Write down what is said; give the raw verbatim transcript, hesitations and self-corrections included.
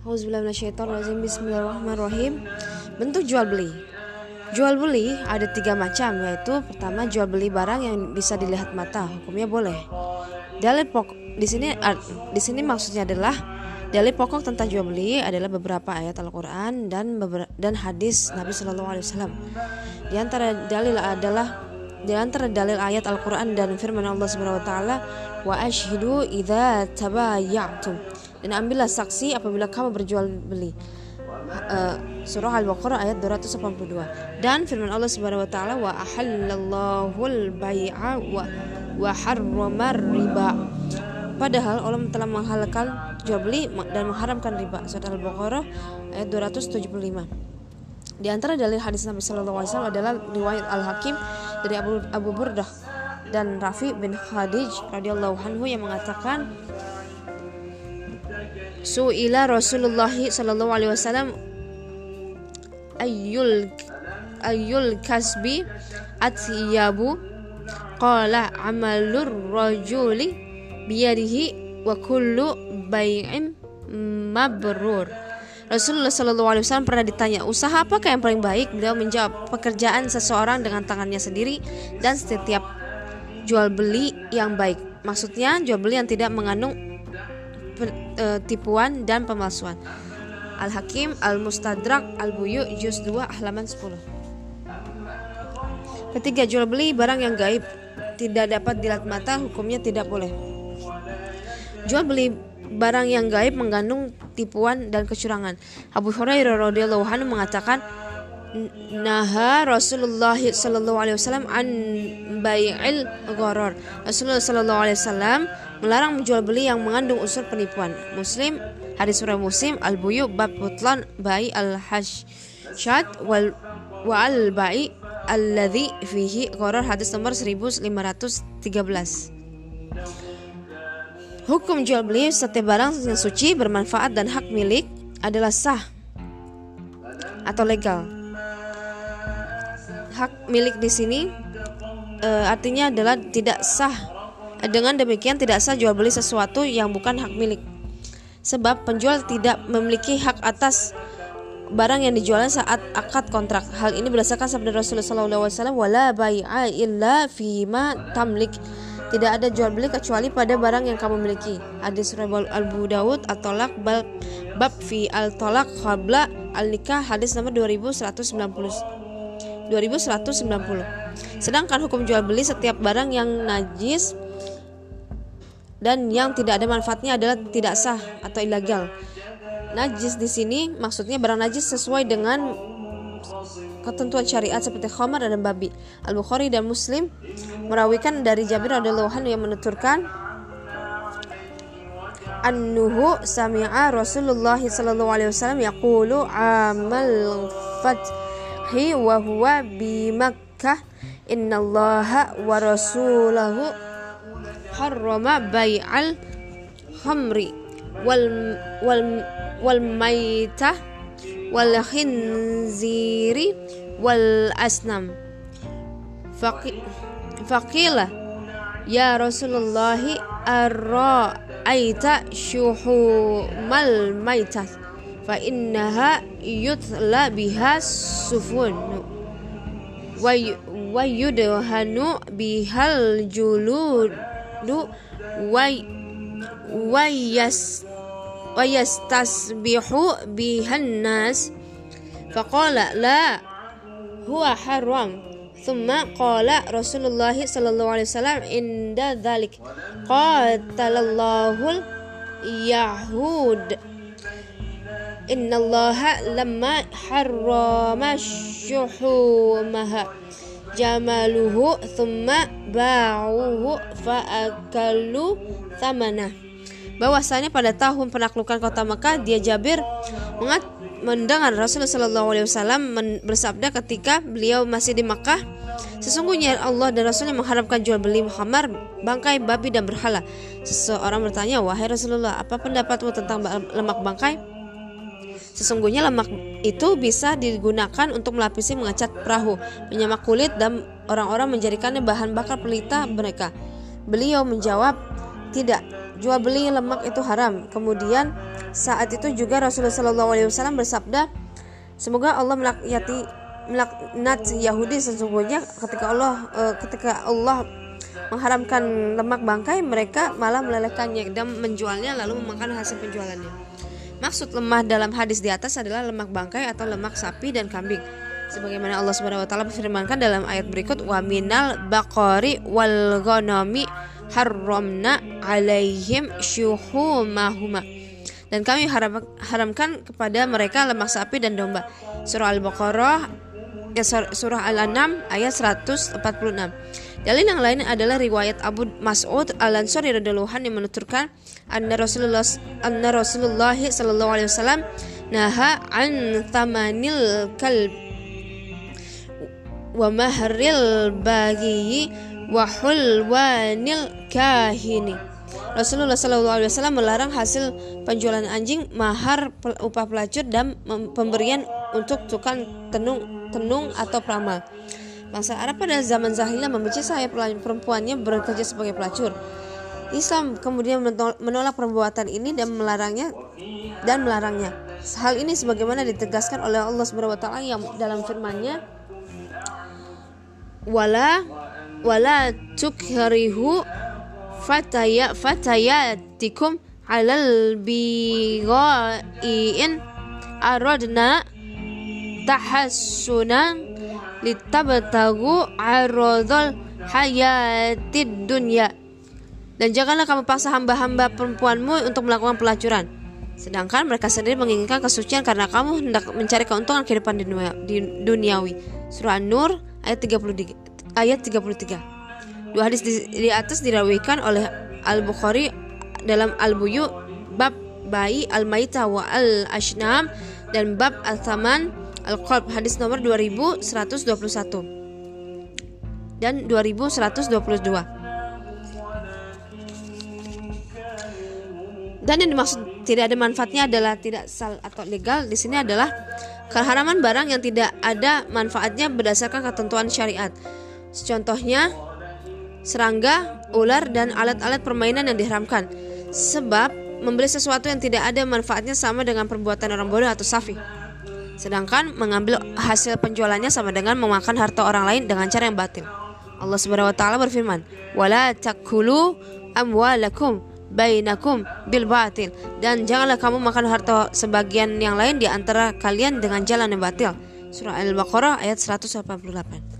Auzubillahi minasyaitonirrajim. Bismillahirrahmanirrahim. Bentuk jual beli. Jual beli ada tiga macam, yaitu pertama jual beli barang yang bisa dilihat mata, hukumnya boleh. Dalil pokok di sini di sini maksudnya adalah dalil pokok tentang jual beli adalah beberapa ayat Al-Qur'an dan beberapa, dan hadis Nabi Shallallahu alaihi wasallam. Di antara dalil adalah di antara dalil ayat Al-Qur'an dan firman Allah Subhanahu wa taala, wa asyhidu idza tabayatum, dan ambillah saksi apabila kamu berjual beli. Uh, surah Al-Baqarah ayat dua ratus delapan puluh dua. Dan firman Allah Subhanahu wa taala, wa ahallallahu al-bai'a wa wa harramar riba. Padahal Allah telah menghalalkan jual beli dan mengharamkan riba. Surah Al-Baqarah ayat dua ratus tujuh puluh lima. Di antara dalil hadis Nabi sallallahu alaihi wasallam adalah riwayat Al-Hakim dari Abu, Abu Burdah dan Rafi bin Khadij radhiyallahu anhu yang mengatakan, Su'ila Rasulullah sallallahu alaihi wasallam ayyul ayyul kasbi atyabu, qala amalur rajuli biyadihi wa kullu bai'in mabrur. Rasulullah sallallahu alaihi wasallam pernah ditanya, usaha apakah yang paling baik? Beliau menjawab, pekerjaan seseorang dengan tangannya sendiri dan setiap jual beli yang baik. Maksudnya jual beli yang tidak mengandung tipuan dan pemalsuan. Al-Hakim Al-Mustadrak Al-Buyu juz dua halaman sepuluh. Ketiga, jual beli barang yang gaib tidak dapat dilihat mata, hukumnya tidak boleh. Jual beli barang yang gaib mengandung tipuan dan kecurangan. Abu Hurairah radhiyallahu anhu mengatakan, naha Rasulullah sallallahu alaihi wasallam an bai'il gharar. Rasulullah sallallahu alaihi wasallam melarang menjual beli yang mengandung unsur penipuan. Muslim, hadis surah Muslim Al-Buyu bab butlan bai al-hashad wal wa al-bai alladhi fihi gharar, hadis nomor seribu lima ratus tiga belas. Hukum jual beli setiap barang yang suci, bermanfaat dan hak milik adalah sah atau legal. Hak milik di sini e, artinya adalah tidak sah. Dengan demikian tidak sah jual beli sesuatu yang bukan hak milik, sebab penjual tidak memiliki hak atas barang yang dijualnya saat akad kontrak. Hal ini berdasarkan sabda Rasulullah sallallahu alaihi wasallam, wala bai'a illa fima tamlik. Tidak ada jual beli kecuali pada barang yang kamu miliki. Hadis surah Abu Dawud At-Talaq bab fi al-talaq qabla al-nikah, hadis nomor dua ribu seratus sembilan puluh. Sedangkan hukum jual beli setiap barang yang najis dan yang tidak ada manfaatnya adalah tidak sah atau ilegal. Najis di sini maksudnya barang najis sesuai dengan ketentuan syariat seperti khamar dan babi. Al-Bukhari dan Muslim merawikan dari Jabir radhiyallahu anhu yang menuturkan, annuhu sami'a Rasulullah sallallahu alaihi wasallam yaqulu amal fathi wa huwa bi Makkah, innallaha wa rasulahu harrama bai'al khamri wal wal wal maitah wal khinziri wal asnam. Faqila ya Rasulullah arra'aita syuhumal maitah fa innaha yutla biha sufun wa yudhanu bihal julud wa yas wa yastasbihu bihan nas. Faqala la huwa haram. Thumma qala Rasulullah sallallahu alaihi wasallam inda dhalik qatalallahu yahud innallaha lamma harrama syuhumaha jamaluhu thumma ba'uhu fa'akalu thamanah. Bahwasanya pada tahun penaklukan kota Mekah, dia Jabir mengat, mendengar Rasulullah sallallahu alaihi wasallam bersabda ketika beliau masih di Mekah, sesungguhnya Allah dan Rasulnya mengharapkan jual beli khamar, bangkai babi dan berhala. Seseorang bertanya, wahai Rasulullah, apa pendapatmu tentang lemak bangkai? Sesungguhnya lemak itu bisa digunakan untuk melapisi, mengecat perahu, menyamak kulit, dan orang-orang menjadikannya bahan bakar pelita mereka. Beliau menjawab, tidak, jual beli lemak itu haram. Kemudian Saat itu juga Rasulullah shallallahu alaihi wasallam bersabda, semoga Allah melaknati melaknat Yahudi. Sesungguhnya ketika Allah uh, ketika Allah mengharamkan lemak bangkai, mereka malah melelehkannya dan menjualnya lalu memakan hasil penjualannya. Maksud lemah dalam hadis di atas adalah lemak bangkai atau lemak sapi dan kambing. Sebagaimana Allah Subhanahu wa taala berfirmankan dalam ayat berikut, wa minal baqari wal ghanami harramna alaihim syuhumahuma. Dan kami haram, haramkan kepada mereka lemak sapi dan domba. Surah Al-Baqarah, ya, surah Al-An'am ayat seratus empat puluh enam. Dalil yang lain adalah riwayat Abu Mas'ud Al-Ansari radhiyallahu anhu yang menuturkan anna Rasulullah anna Rasulullah sallallahu alaihi wasallam naha an thamanil kalb wa mahril baghi wa hulwanil kahini. Rasulullah shallallahu alaihi wasallam melarang hasil penjualan anjing, mahar, upah pelacur, dan pemberian untuk tukang tenung, tenung atau peramal. Bangsa Arab pada zaman jahiliyah membenci saya perempuannya bekerja sebagai pelacur. Islam kemudian menolak perbuatan ini dan melarangnya dan melarangnya. Hal ini sebagaimana ditegaskan oleh Allah Subhanahu wa taala yang dalam firman-Nya, wala wala tukrihu fataya fatayatikum alal bigha'in aradna tahassunan litabtagu aradul hayatid dunya. Dan janganlah kamu paksa hamba-hamba perempuanmu untuk melakukan pelacuran, sedangkan mereka sendiri menginginkan kesucian karena kamu hendak mencari keuntungan kehidupan duniawi. Surah An-Nur ayat tiga puluh tiga, ayat tiga puluh tiga. Dua hadis di, di atas dirawikan oleh Al-Bukhari dalam Al-Buyu, bab bayi al-maitah wa al-ashnam, dan bab al-thaman al-qalb, hadis nomor dua ribu seratus dua puluh satu dan dua ribu seratus dua puluh dua. Dan yang dimaksud tidak ada manfaatnya adalah tidak sal atau legal di sini adalah keharaman barang yang tidak ada manfaatnya berdasarkan ketentuan syariat. Contohnya serangga, ular, dan alat-alat permainan yang diharamkan. Sebab membeli sesuatu yang tidak ada manfaatnya sama dengan perbuatan orang bodoh atau safi. Sedangkan mengambil hasil penjualannya sama dengan memakan harta orang lain dengan cara yang batil. Allah Subhanahu wa taala berfirman, "Wala takulu amwalakum bainakum bil batil." Dan janganlah kamu makan harta sebagian yang lain di antara kalian dengan jalan yang batil. Surah Al-Baqarah ayat seratus delapan puluh delapan.